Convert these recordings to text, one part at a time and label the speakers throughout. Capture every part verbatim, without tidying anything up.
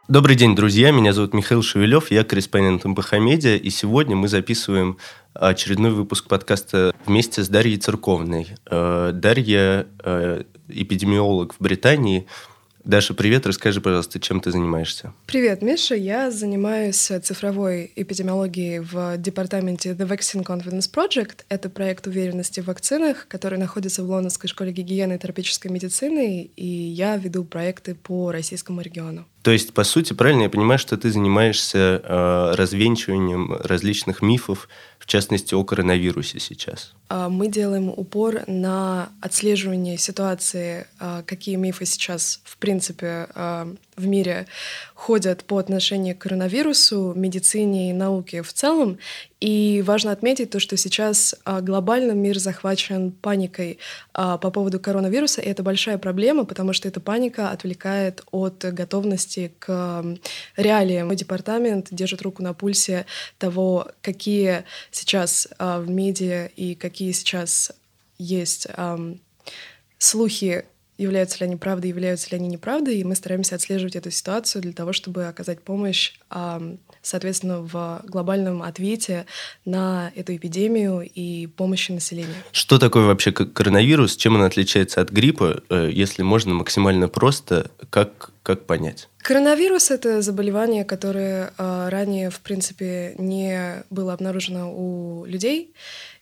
Speaker 1: Добрый день, друзья. Меня зовут Михаил Шевелев, я корреспондент эм пэ ха Медиа, и сегодня мы записываем очередной выпуск подкаста вместе с Дарьей Церковной. Дарья – эпидемиолог в Британии. Даша, привет. Расскажи, пожалуйста, чем ты занимаешься?
Speaker 2: Привет, Миша. Я занимаюсь цифровой эпидемиологией в департаменте The Vaccine Confidence Project. Это проект уверенности в вакцинах, который находится в Лондонской школе гигиены и тропической медицины, и я веду проекты по российскому региону.
Speaker 1: То есть, по сути, правильно я понимаю, что ты занимаешься э, развенчиванием различных мифов, в частности, о коронавирусе сейчас?
Speaker 2: Мы делаем упор на отслеживание ситуации, какие мифы сейчас, в принципе, в мире ходят по отношению к коронавирусу, медицине и науке в целом. И важно отметить то, что сейчас глобально мир захвачен паникой по поводу коронавируса, и это большая проблема, потому что эта паника отвлекает от готовности к реалиям. Мой департамент держит руку на пульсе того, какие сейчас в медиа и какие сейчас есть слухи, являются ли они правдой, являются ли они неправдой, и мы стараемся отслеживать эту ситуацию для того, чтобы оказать помощь, соответственно, в глобальном ответе на эту эпидемию и помощи населению.
Speaker 1: Что такое вообще коронавирус? Чем он отличается от гриппа? Если можно максимально просто, как, как понять?
Speaker 2: Коронавирус — это заболевание, которое ранее, в принципе, не было обнаружено у людей.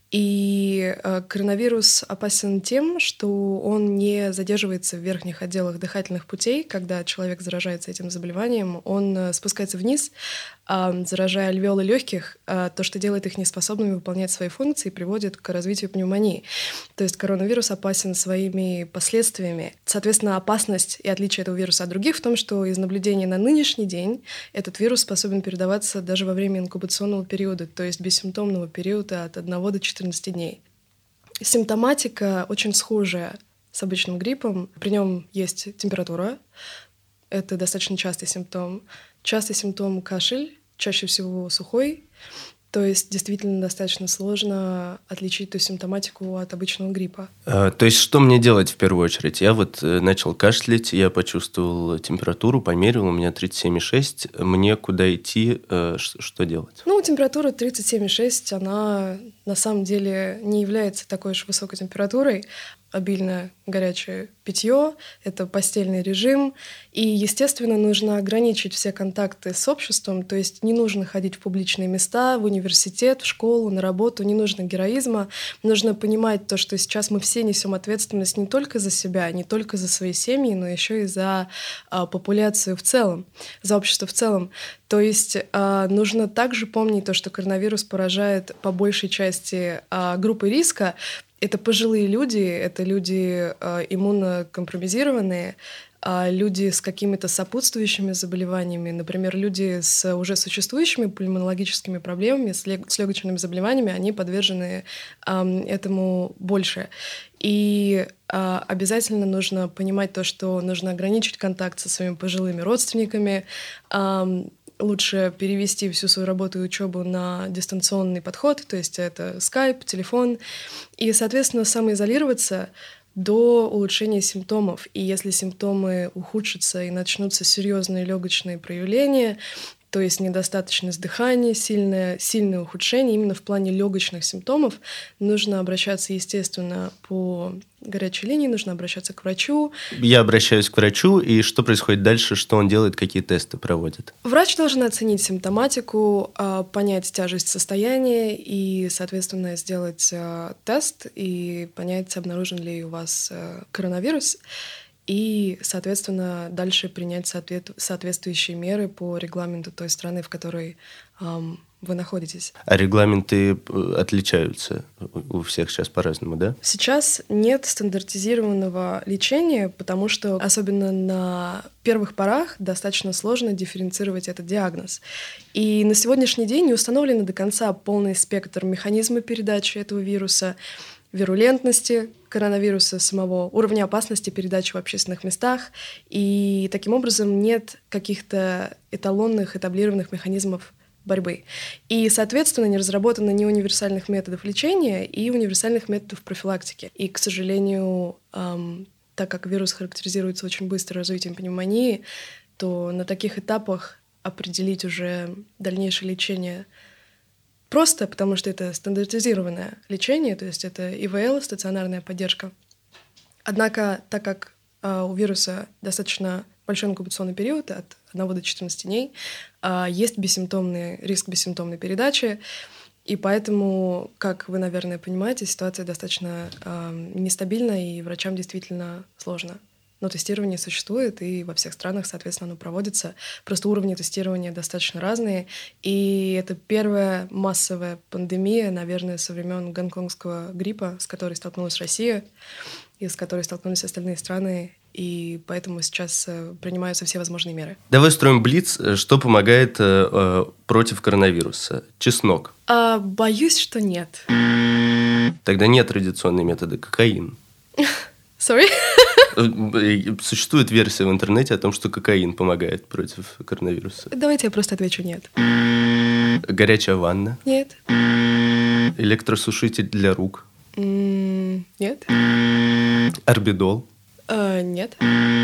Speaker 2: И э, коронавирус опасен тем, что он не задерживается в верхних отделах дыхательных путей. Когда человек заражается этим заболеванием, он э, спускается вниз, э, заражая альвеолы легких, э, то, что делает их неспособными выполнять свои функции, приводит к развитию пневмонии. То есть коронавирус опасен своими последствиями. Соответственно, опасность и отличие этого вируса от других в том, что из наблюдения на нынешний день этот вирус способен передаваться даже во время инкубационного периода, то есть бессимптомного периода от одного до четырнадцати дней. Симптоматика очень схожая с обычным гриппом. При нем есть температура. Это достаточно частый симптом. Частый симптом — кашель, чаще всего сухой. То есть действительно достаточно сложно отличить эту симптоматику от обычного гриппа.
Speaker 1: А, то есть что мне делать в первую очередь? Я вот начал кашлять, я почувствовал температуру, померил, у меня тридцать семь и шесть. Мне куда идти, что делать?
Speaker 2: Ну, температура тридцать семь и шесть, она на самом деле не является такой уж высокой температурой. Обильное горячее питье, это постельный режим. И, естественно, нужно ограничить все контакты с обществом, то есть не нужно ходить в публичные места, в университет, в школу, на работу, не нужно героизма. Нужно понимать то, что сейчас мы все несем ответственность не только за себя, не только за свои семьи, но еще и за а, популяцию в целом, за общество в целом. То есть а, нужно также помнить то, что коронавирус поражает по большей части а, группы риска. Это пожилые люди, это люди э, иммунокомпромизированные, э, люди с какими-то сопутствующими заболеваниями, например, люди с уже существующими пульмонологическими проблемами, с, лег- с легочными заболеваниями, они подвержены э, этому больше. И э, обязательно нужно понимать то, что нужно ограничить контакт со своими пожилыми родственниками, э, лучше перевести всю свою работу и учебу на дистанционный подход, то есть это скайп, телефон, и, соответственно, самоизолироваться до улучшения симптомов. И если симптомы ухудшатся и начнутся серьезные легочные проявления, то есть недостаточность дыхания, сильное, сильное ухудшение именно в плане легочных симптомов, нужно обращаться, естественно, по горячей линии, нужно обращаться к врачу.
Speaker 1: Я обращаюсь к врачу, и что происходит дальше, что он делает, какие тесты проводит?
Speaker 2: Врач должен оценить симптоматику, понять тяжесть состояния и, соответственно, сделать тест и понять, обнаружен ли у вас коронавирус. И, соответственно, дальше принять соответствующие меры по регламенту той страны, в которой эм, вы находитесь.
Speaker 1: А регламенты отличаются у всех сейчас по-разному, да?
Speaker 2: Сейчас нет стандартизированного лечения, потому что, особенно на первых порах, достаточно сложно дифференцировать этот диагноз. И на сегодняшний день не установлен до конца полный спектр механизма передачи этого вируса, вирулентности коронавируса самого, уровня опасности передачи в общественных местах. И таким образом нет каких-то эталонных, этаблированных механизмов борьбы. И, соответственно, не разработано ни универсальных методов лечения и универсальных методов профилактики. И, к сожалению, эм, так как вирус характеризуется очень быстрым развитием пневмонии, то на таких этапах определить уже дальнейшее лечение просто, потому что это стандартизированное лечение, то есть это И В Л, стационарная поддержка. Однако, так как э, у вируса достаточно большой инкубационный период, от одного до четырнадцати дней, э, есть бессимптомный риск бессимптомной передачи, и поэтому, как вы, наверное, понимаете, ситуация достаточно э, нестабильна, и врачам действительно сложно. Но тестирование существует, и во всех странах, соответственно, оно проводится. Просто уровни тестирования достаточно разные. И это первая массовая пандемия, наверное, со времен гонконгского гриппа, с которой столкнулась Россия, и с которой столкнулись остальные страны. И поэтому сейчас принимаются все возможные меры.
Speaker 1: Давай устроим блиц. Что помогает э, против коронавируса? Чеснок.
Speaker 2: А, боюсь, что нет.
Speaker 1: Тогда нет традиционной метода кокаин.
Speaker 2: Sorry?
Speaker 1: Существует версия в интернете о том, что кокаин помогает против коронавируса.
Speaker 2: Давайте я просто отвечу нет.
Speaker 1: Горячая ванна?
Speaker 2: Нет.
Speaker 1: Электросушитель для рук?
Speaker 2: Нет.
Speaker 1: Орбидол?
Speaker 2: А, нет.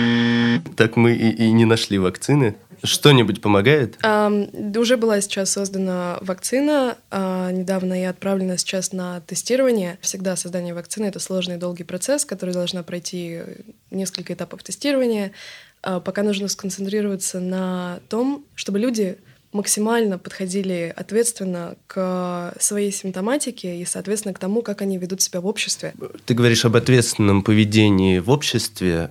Speaker 1: Так мы и, и не нашли вакцины. Что-нибудь помогает?
Speaker 2: А, уже была сейчас создана вакцина, а, недавно и отправлена сейчас на тестирование. Всегда создание вакцины — это сложный и долгий процесс, который должна пройти несколько этапов тестирования. А, пока нужно сконцентрироваться на том, чтобы люди максимально подходили ответственно к своей симптоматике и, соответственно, к тому, как они ведут себя в обществе.
Speaker 1: Ты говоришь об ответственном поведении в обществе.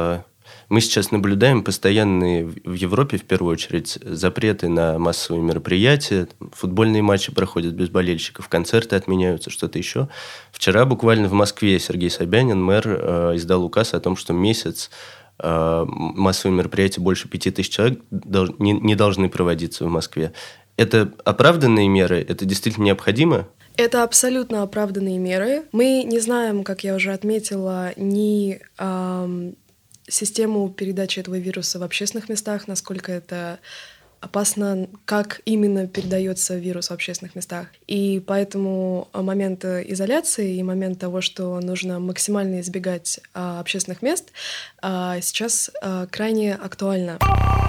Speaker 1: Мы сейчас наблюдаем постоянные в Европе, в первую очередь, запреты на массовые мероприятия. Футбольные матчи проходят без болельщиков, концерты отменяются, что-то еще. Вчера буквально в Москве Сергей Собянин, мэр, издал указ о том, что месяц массовые мероприятия больше пяти тысяч человек не должны проводиться в Москве. Это оправданные меры? Это действительно необходимо?
Speaker 2: Это абсолютно оправданные меры. Мы не знаем, как я уже отметила, ни эм, систему передачи этого вируса в общественных местах, насколько это опасно, как именно передается вирус в общественных местах. И поэтому момент изоляции и момент того, что нужно максимально избегать а, общественных мест, а, сейчас а, крайне актуально.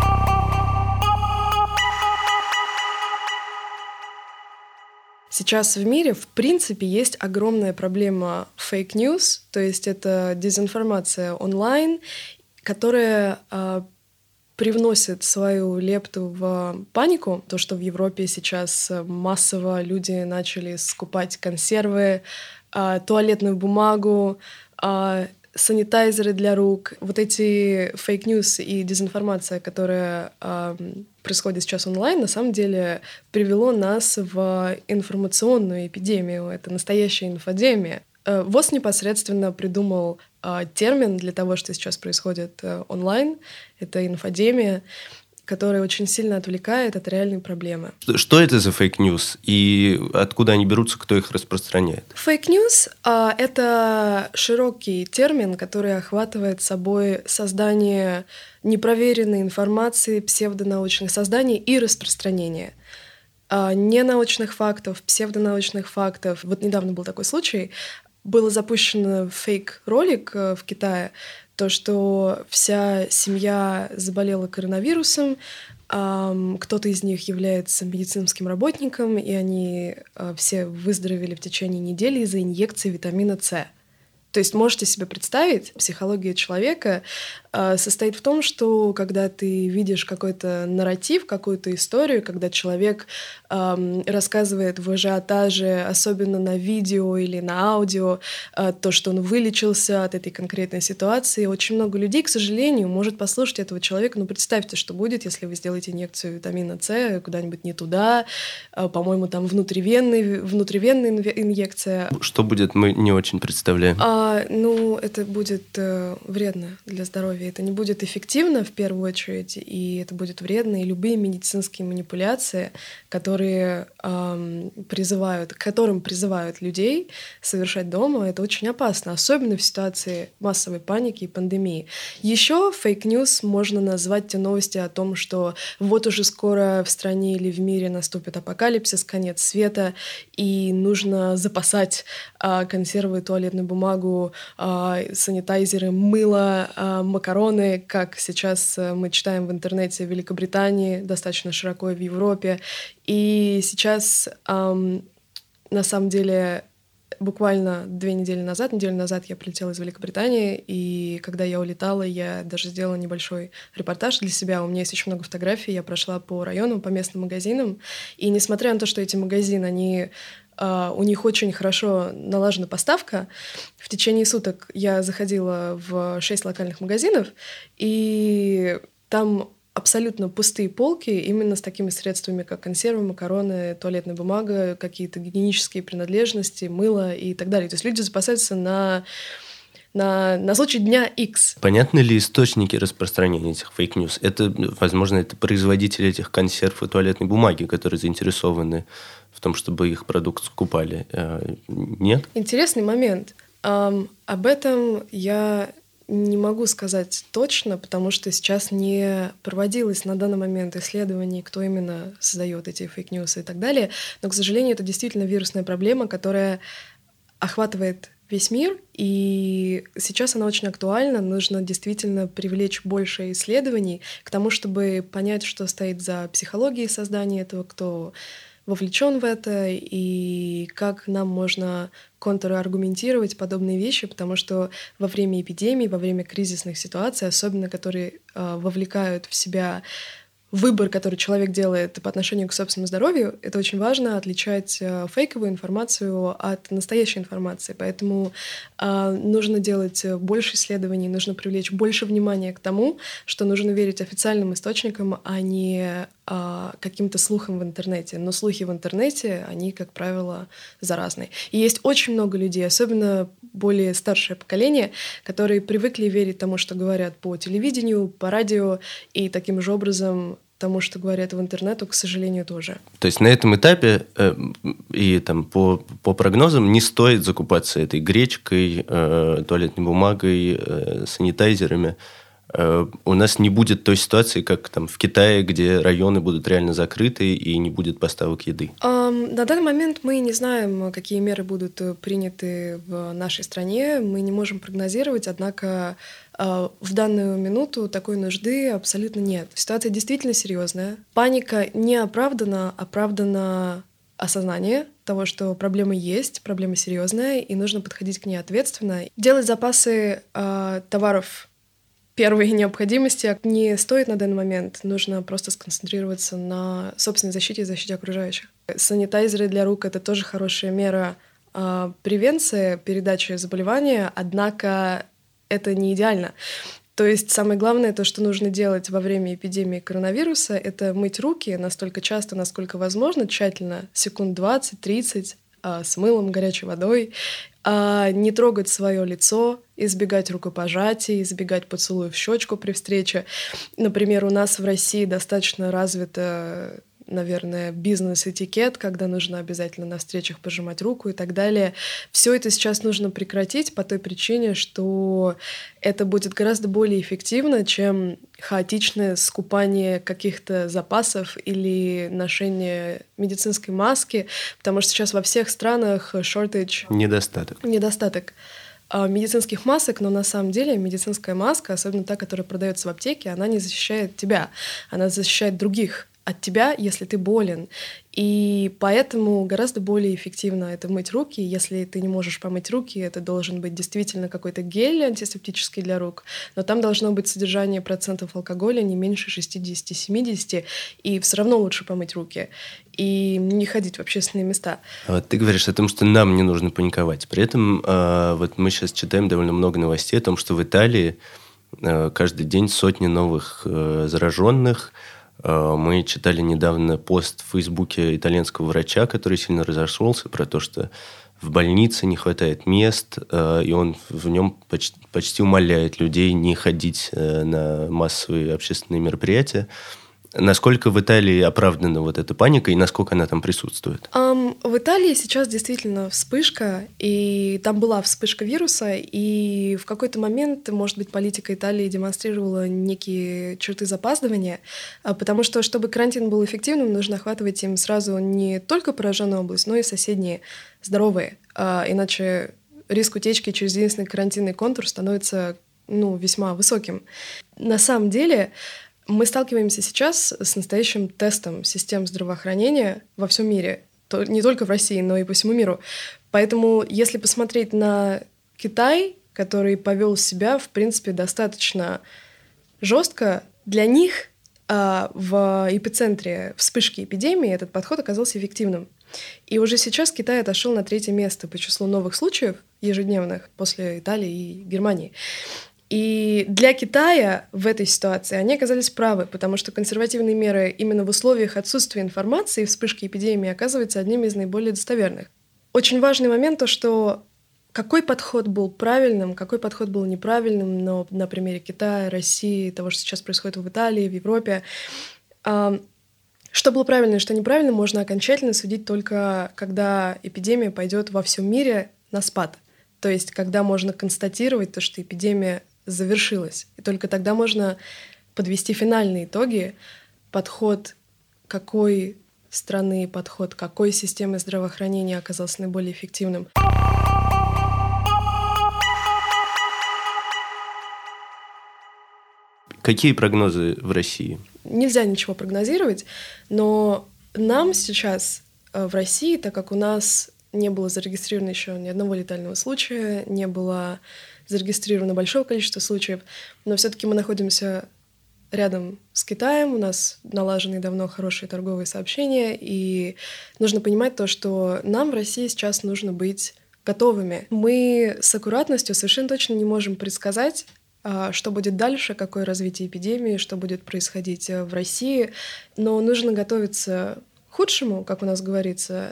Speaker 2: Сейчас в мире, в принципе, есть огромная проблема фейк-ньюс, то есть это дезинформация онлайн, которая а, привносит свою лепту в панику. То, что в Европе сейчас массово люди начали скупать консервы, а, туалетную бумагу, а, санитайзеры для рук. Вот эти фейк-ньюс и дезинформация, которая а, происходит сейчас онлайн, на самом деле привело нас в информационную эпидемию. Это настоящая инфодемия. ВОЗ непосредственно придумал а, термин для того, что сейчас происходит а, онлайн. Это инфодемия, которая очень сильно отвлекает от реальной проблемы.
Speaker 1: Что, что это за фейк-ньюс и откуда они берутся, кто их распространяет?
Speaker 2: Фейк-ньюс а, — это широкий термин, который охватывает собой создание непроверенной информации, псевдонаучных созданий и распространение а, ненаучных фактов, псевдонаучных фактов. Вот недавно был такой случай. Был запущен фейк-ролик в Китае, то, что вся семья заболела коронавирусом, кто-то из них является медицинским работником, и они все выздоровели в течение недели из-за инъекции витамина С. То есть можете себе представить, психология человека э, состоит в том, что когда ты видишь какой-то нарратив, какую-то историю, когда человек э, рассказывает в ажиотаже, особенно на видео или на аудио, э, то, что он вылечился от этой конкретной ситуации, очень много людей, к сожалению, может послушать этого человека. Ну, представьте, что будет, если вы сделаете инъекцию витамина С куда-нибудь не туда, э, по-моему, там внутривенный, внутривенная инъекция.
Speaker 1: Что будет, мы не очень представляем.
Speaker 2: А, ну, это будет э, вредно для здоровья. Это не будет эффективно, в первую очередь, и это будет вредно. И любые медицинские манипуляции, которые, э, призывают, к которым призывают людей совершать дома, это очень опасно, особенно в ситуации массовой паники и пандемии. Еще фейк-ньюс можно назвать те новости о том, что вот уже скоро в стране или в мире наступит апокалипсис, конец света, и нужно запасать э, консервы, туалетную бумагу, санитайзеры, мыло, макароны, макароны, как сейчас мы читаем в интернете в Великобритании, достаточно широко и в Европе. И сейчас, эм, на самом деле, буквально две недели назад, неделю назад я прилетела из Великобритании, и когда я улетала, я даже сделала небольшой репортаж для себя. У меня есть очень много фотографий, я прошла по району, по местным магазинам, и несмотря на то, что эти магазины, они, uh, у них очень хорошо налажена поставка, в течение суток я заходила в шесть локальных магазинов, и там абсолютно пустые полки именно с такими средствами, как консервы, макароны, туалетная бумага, какие-то гигиенические принадлежности, мыло и так далее. То есть люди запасаются на, на, на случай дня X.
Speaker 1: Понятны ли источники распространения этих фейк-ньюс? Это, возможно, это производители этих консерв и туалетной бумаги, которые заинтересованы в том, чтобы их продукт скупали. Нет?
Speaker 2: Интересный момент. Um, об этом я не могу сказать точно, потому что сейчас не проводилось на данный момент исследований, кто именно создает эти фейк-ньюсы и так далее. Но, к сожалению, это действительно вирусная проблема, которая охватывает весь мир, и сейчас она очень актуальна. Нужно действительно привлечь больше исследований к тому, чтобы понять, что стоит за психологией создания этого, кто вовлечен в это, и как нам можно контраргументировать подобные вещи, потому что во время эпидемий, во время кризисных ситуаций, особенно которые э, вовлекают в себя выбор, который человек делает по отношению к собственному здоровью, это очень важно отличать э, фейковую информацию от настоящей информации. Поэтому э, нужно делать больше исследований, нужно привлечь больше внимания к тому, что нужно верить официальным источникам, а не э, каким-то слухам в интернете. Но слухи в интернете, они, как правило, заразные. И есть очень много людей, особенно более старшее поколение, которые привыкли верить тому, что говорят по телевидению, по радио, и таким же образом тому, что говорят в интернету, к сожалению, тоже.
Speaker 1: То есть на этом этапе э, и там по, по прогнозам не стоит закупаться этой гречкой, э, туалетной бумагой, э, санитайзерами. Э, у нас не будет той ситуации, как там в Китае, где районы будут реально закрыты и не будет поставок еды.
Speaker 2: Um, на данный момент мы не знаем, какие меры будут приняты в нашей стране. Мы не можем прогнозировать, однако uh, в данную минуту такой нужды абсолютно нет. Ситуация действительно серьезная. Паника не оправдана, оправдано осознание того, что проблема есть, проблема серьезная, и нужно подходить к ней ответственно. Делать запасы uh, товаров первой необходимости не стоит на данный момент. Нужно просто сконцентрироваться на собственной защите и защите окружающих. Санитайзеры для рук — это тоже хорошая мера э, превенции передачи заболевания, однако это не идеально. То есть самое главное, то, что нужно делать во время эпидемии коронавируса, это мыть руки настолько часто, насколько возможно, тщательно, секунд двадцать-тридцать, э, с мылом, горячей водой, э, не трогать свое лицо, избегать рукопожатий, избегать поцелуев в щечку при встрече. Например, у нас в России достаточно развито, наверное, бизнес-этикет, когда нужно обязательно на встречах пожимать руку и так далее. Все это сейчас нужно прекратить по той причине, что это будет гораздо более эффективно, чем хаотичное скупание каких-то запасов или ношение медицинской маски, потому что сейчас во всех странах shortage...
Speaker 1: Недостаток.
Speaker 2: Недостаток медицинских масок, но на самом деле медицинская маска, особенно та, которая продается в аптеке, она не защищает тебя, она защищает других от тебя, если ты болен. И поэтому гораздо более эффективно это мыть руки. Если ты не можешь помыть руки, это должен быть действительно какой-то гель антисептический для рук, но там должно быть содержание процентов алкоголя не меньше шестьдесят-семьдесят, и все равно лучше помыть руки и не ходить в общественные места.
Speaker 1: Ты говоришь о том, что нам не нужно паниковать. При этом вот мы сейчас читаем довольно много новостей о том, что в Италии каждый день сотни новых зараженных. Мы читали недавно пост в Фейсбуке итальянского врача, который сильно разошелся, про то, что в больнице не хватает мест, и он в нем почти, почти умоляет людей не ходить на массовые общественные мероприятия. Насколько в Италии оправдана вот эта паника и насколько она там присутствует?
Speaker 2: Um, в Италии сейчас действительно вспышка, и там была вспышка вируса, и в какой-то момент, может быть, политика Италии демонстрировала некие черты запаздывания, потому что, чтобы карантин был эффективным, нужно охватывать им сразу не только пораженную область, но и соседние здоровые, иначе риск утечки через единственный карантинный контур становится ну, весьма высоким. На самом деле мы сталкиваемся сейчас с настоящим тестом систем здравоохранения во всем мире. Не только в России, но и по всему миру. Поэтому, если посмотреть на Китай, который повел себя, в принципе, достаточно жестко, для них а, в эпицентре вспышки эпидемии этот подход оказался эффективным. И уже сейчас Китай отошел на третье место по числу новых случаев ежедневных после Италии и Германии. И для Китая в этой ситуации они оказались правы, потому что консервативные меры именно в условиях отсутствия информации и вспышки эпидемии оказываются одними из наиболее достоверных. Очень важный момент то, что какой подход был правильным, какой подход был неправильным, но на примере Китая, России, того, что сейчас происходит в Италии, в Европе, что было правильно и что неправильно, можно окончательно судить только когда эпидемия пойдет во всем мире на спад. То есть когда можно констатировать то, что эпидемия завершилась. И только тогда можно подвести финальные итоги, подход какой страны, подход какой системы здравоохранения оказался наиболее эффективным.
Speaker 1: Какие прогнозы в России?
Speaker 2: Нельзя ничего прогнозировать, но нам сейчас в России, так как у нас не было зарегистрировано еще ни одного летального случая, не было зарегистрировано большое количество случаев, но все-таки мы находимся рядом с Китаем, у нас налажены давно хорошие торговые сообщения, и нужно понимать то, что нам в России сейчас нужно быть готовыми. Мы с аккуратностью совершенно точно не можем предсказать, что будет дальше, какое развитие эпидемии, что будет происходить в России, но нужно готовиться к худшему, как у нас говорится,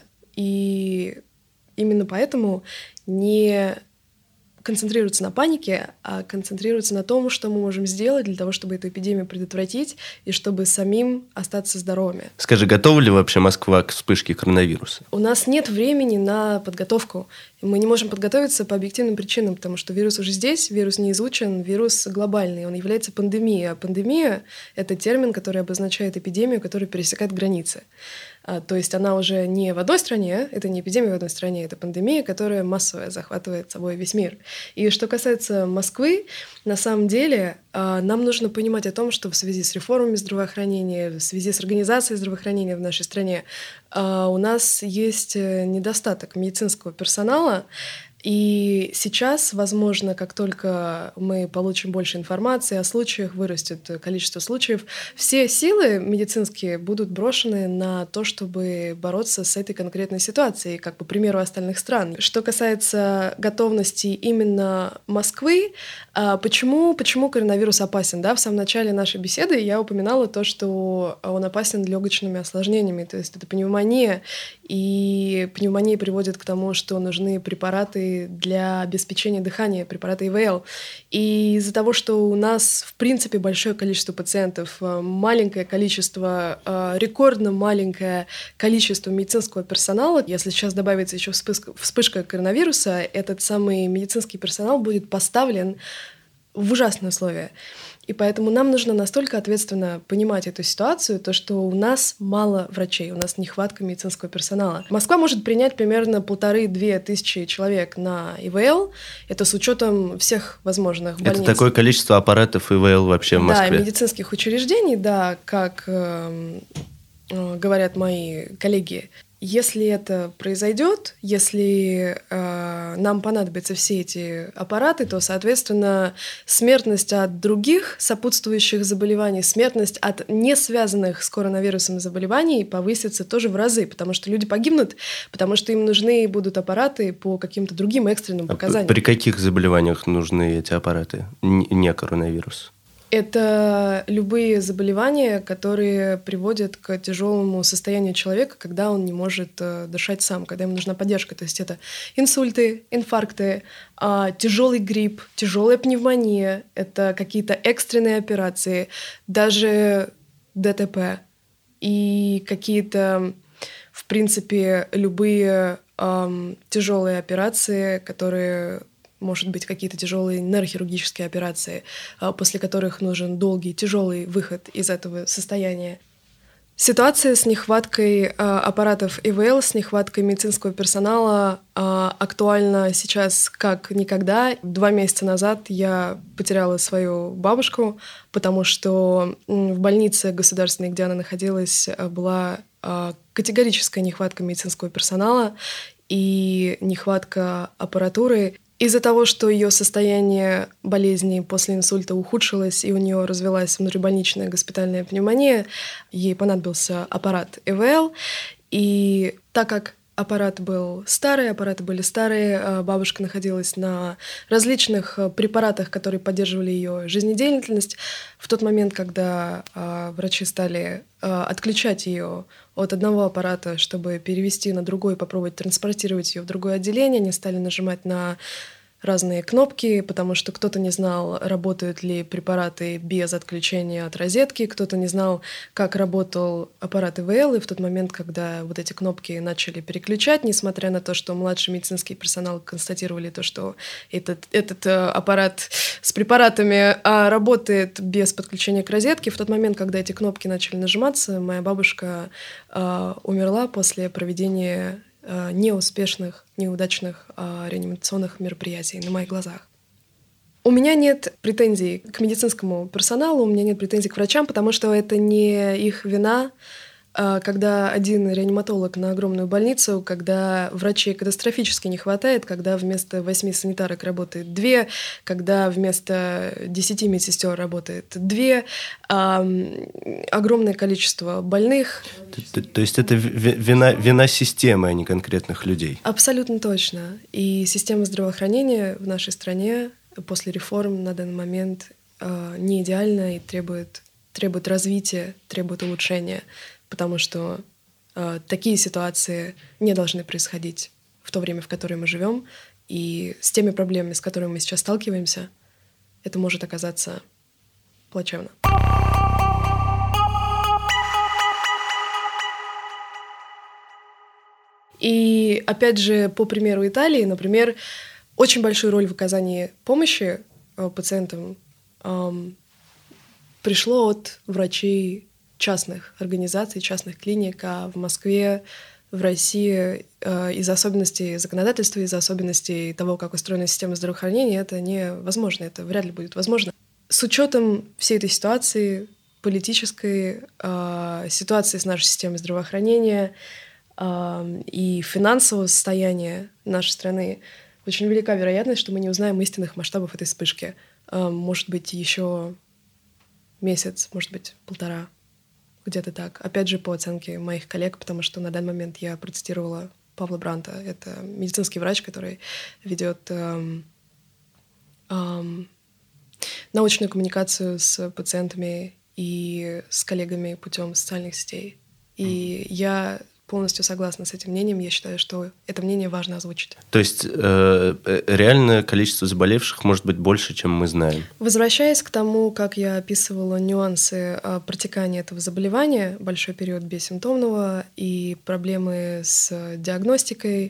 Speaker 2: и именно поэтому не концентрироваться на панике, а концентрироваться на том, что мы можем сделать для того, чтобы эту эпидемию предотвратить и чтобы самим остаться здоровыми.
Speaker 1: Скажи, готова ли вообще Москва к вспышке коронавируса?
Speaker 2: У нас нет времени на подготовку. Мы не можем подготовиться по объективным причинам, потому что вирус уже здесь, вирус не изучен, вирус глобальный, он является пандемией. А пандемия — это термин, который обозначает эпидемию, которая пересекает границы. То есть она уже не в одной стране, это не эпидемия в одной стране, это пандемия, которая массовая, захватывает собой весь мир. И что касается Москвы, на самом деле нам нужно понимать о том, что в связи с реформами здравоохранения, в связи с организацией здравоохранения в нашей стране у нас есть недостаток медицинского персонала. И сейчас, возможно, как только мы получим больше информации о случаях, вырастет количество случаев, все силы медицинские будут брошены на то, чтобы бороться с этой конкретной ситуацией, как по примеру остальных стран. Что касается готовности именно Москвы, почему, почему коронавирус опасен? Да, в самом начале нашей беседы я упоминала то, что он опасен легочными осложнениями, то есть это пневмония, и пневмония приводит к тому, что нужны препараты для обеспечения дыхания, препараты И В Л. И из-за того, что у нас, в принципе, большое количество пациентов, маленькое количество, рекордно маленькое количество медицинского персонала, если сейчас добавится еще вспышка, вспышка коронавируса, этот самый медицинский персонал будет поставлен в ужасные условия. И поэтому нам нужно настолько ответственно понимать эту ситуацию, то, что у нас мало врачей, у нас нехватка медицинского персонала. Москва может принять примерно полторы-две тысячи человек на И В Л, это с учетом всех возможных больниц.
Speaker 1: Это такое количество аппаратов И В Л вообще в Москве?
Speaker 2: Да, медицинских учреждений, да, как э, э, говорят мои коллеги. Если это произойдет, если э, нам понадобятся все эти аппараты, то, соответственно, смертность от других сопутствующих заболеваний, смертность от не связанных с коронавирусом заболеваний повысится тоже в разы, потому что люди погибнут, потому что им нужны будут аппараты по каким-то другим экстренным показаниям.
Speaker 1: А при каких заболеваниях нужны эти аппараты, не коронавирус?
Speaker 2: Это любые заболевания, которые приводят к тяжелому состоянию человека, когда он не может дышать сам, когда ему нужна поддержка. То есть это инсульты, инфаркты, тяжелый грипп, тяжелая пневмония, это какие-то экстренные операции, даже Д Т П и какие-то, в принципе, любые эм, тяжелые операции, которые... Может быть, какие-то тяжелые нейрохирургические операции, после которых нужен долгий, тяжелый выход из этого состояния. Ситуация с нехваткой аппаратов И В Л, с нехваткой медицинского персонала, актуально сейчас как никогда. Два месяца назад я потеряла свою бабушку, потому что в больнице государственной, где она находилась, была категорическая нехватка медицинского персонала и нехватка аппаратуры. Из-за того, что ее состояние болезни после инсульта ухудшилось, и у нее развилась внутрибольничная госпитальная пневмония, ей понадобился аппарат и вэ эл. И так как аппарат был старый, аппараты были старые, бабушка находилась на различных препаратах, которые поддерживали ее жизнедеятельность. В тот момент, когда врачи стали отключать ее от одного аппарата, чтобы перевести на другой, попробовать транспортировать ее в другое отделение, они стали нажимать на разные кнопки, потому что кто-то не знал, работают ли препараты без отключения от розетки, кто-то не знал, как работал аппарат и вэ эл, и в тот момент, когда вот эти кнопки начали переключать, несмотря на то, что младший медицинский персонал констатировали то, что этот, этот аппарат с препаратами работает без подключения к розетке, в тот момент, когда эти кнопки начали нажиматься, моя бабушка э, умерла после проведения неуспешных, неудачных а, реанимационных мероприятий на моих глазах. У меня нет претензий к медицинскому персоналу, у меня нет претензий к врачам, потому что это не их вина, а, когда один реаниматолог на огромную больницу, когда врачей катастрофически не хватает, когда вместо восьми санитарок работает две, когда вместо десяти медсестер работает две, а, огромное количество больных.
Speaker 1: То, то, то есть это вина, вина системы, а не конкретных людей?
Speaker 2: Абсолютно точно. И система здравоохранения в нашей стране после реформ на данный момент э, не идеальна и требует, требует развития, требует улучшения, потому что э, такие ситуации не должны происходить в то время, в которое мы живем, и с теми проблемами, с которыми мы сейчас сталкиваемся, это может оказаться плачевно. И опять же, по примеру Италии, например, очень большую роль в оказании помощи э, пациентам э, пришло от врачей частных организаций, частных клиник, а в Москве, в России э, из-за особенностей законодательства, из-за особенностей того, как устроена система здравоохранения, это невозможно, это вряд ли будет возможно. С учетом всей этой ситуации, политической э, ситуации с нашей системой здравоохранения э, и финансового состояния нашей страны, очень велика вероятность, что мы не узнаем истинных масштабов этой вспышки. Э, может быть, еще месяц, может быть, полтора. Где-то так. Опять же, по оценке моих коллег, потому что на данный момент я процитировала Павла Бранта. Это медицинский врач, который ведет эм, эм, научную коммуникацию с пациентами и с коллегами путем социальных сетей. И я полностью согласна с этим мнением. Я считаю, что это мнение важно озвучить.
Speaker 1: То есть э, реальное количество заболевших может быть больше, чем мы знаем?
Speaker 2: Возвращаясь к тому, как я описывала нюансы э, протекания этого заболевания, большой период бессимптомного и проблемы с диагностикой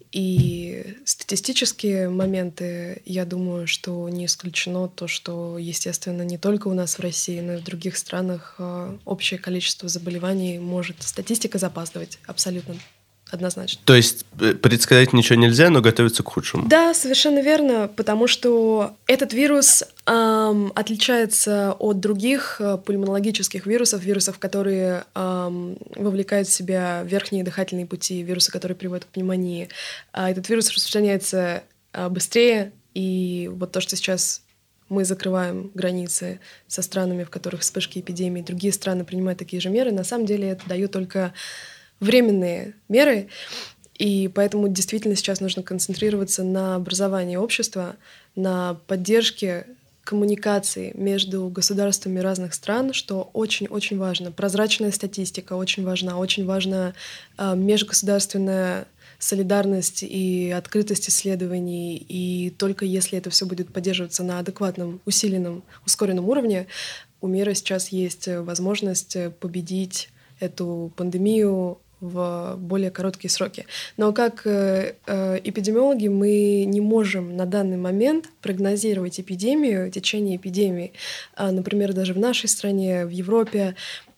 Speaker 2: и статистические моменты, я думаю, что не исключено то, что, естественно, не только у нас в России, но и в других странах э, общее количество заболеваний может статистика запаздывать абсолютно однозначно.
Speaker 1: То есть предсказать ничего нельзя, но готовиться к худшему?
Speaker 2: Да, совершенно верно, потому что этот вирус эм, отличается от других э, пульмонологических вирусов, вирусов, которые эм, вовлекают в себя верхние дыхательные пути, вирусы, которые приводят к пневмонии. А этот вирус распространяется э, быстрее, и вот то, что сейчас мы закрываем границы со странами, в которых вспышки эпидемии, другие страны принимают такие же меры, на самом деле это дает только временные меры, и поэтому действительно сейчас нужно концентрироваться на образовании общества, на поддержке коммуникации между государствами разных стран, что очень-очень важно. Прозрачная статистика очень важна, очень важна э, межгосударственная солидарность и открытость исследований, и только если это все будет поддерживаться на адекватном, усиленном, ускоренном уровне, у мира сейчас есть возможность победить эту пандемию в более короткие сроки. Но как э, э, эпидемиологи мы не можем на данный момент прогнозировать эпидемию, течение эпидемии. А, например, даже в нашей стране, в Европе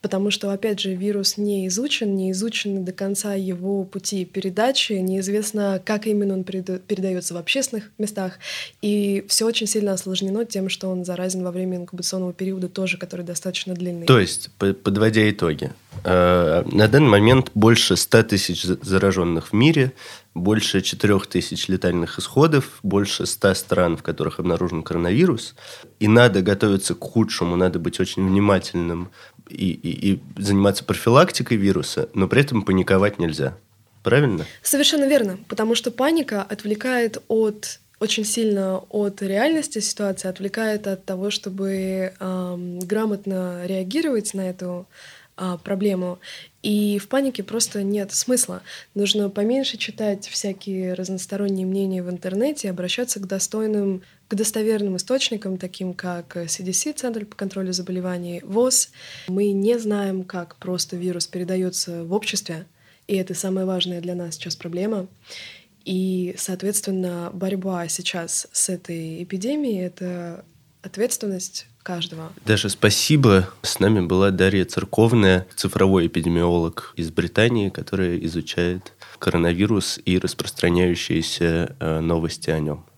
Speaker 2: потому что, опять же, вирус не изучен, не изучены до конца его пути передачи, неизвестно, как именно он передается в общественных местах, и все очень сильно осложнено тем, что он заразен во время инкубационного периода тоже, который достаточно длинный.
Speaker 1: То есть, подводя итоги, на данный момент больше ста тысяч зараженных в мире, больше четырех тысяч летальных исходов, больше ста стран, в которых обнаружен коронавирус, и надо готовиться к худшему, надо быть очень внимательным и, и, и заниматься профилактикой вируса, но при этом паниковать нельзя. Правильно?
Speaker 2: Совершенно верно, потому что паника отвлекает от очень сильно от реальности ситуации, отвлекает от того, чтобы э, грамотно реагировать на эту э, проблему. И в панике просто нет смысла. Нужно поменьше читать всякие разносторонние мнения в интернете и обращаться к достойным, к достоверным источникам, таким как си ди си, Центр по контролю заболеваний, ВОЗ. Мы не знаем, как просто вирус передается в обществе, и это самая важная для нас сейчас проблема. И, соответственно, борьба сейчас с этой эпидемией — это ответственность каждого.
Speaker 1: Даша, спасибо. С нами была Дарья Церковная, цифровой эпидемиолог из Британии, которая изучает коронавирус и распространяющиеся новости о нем.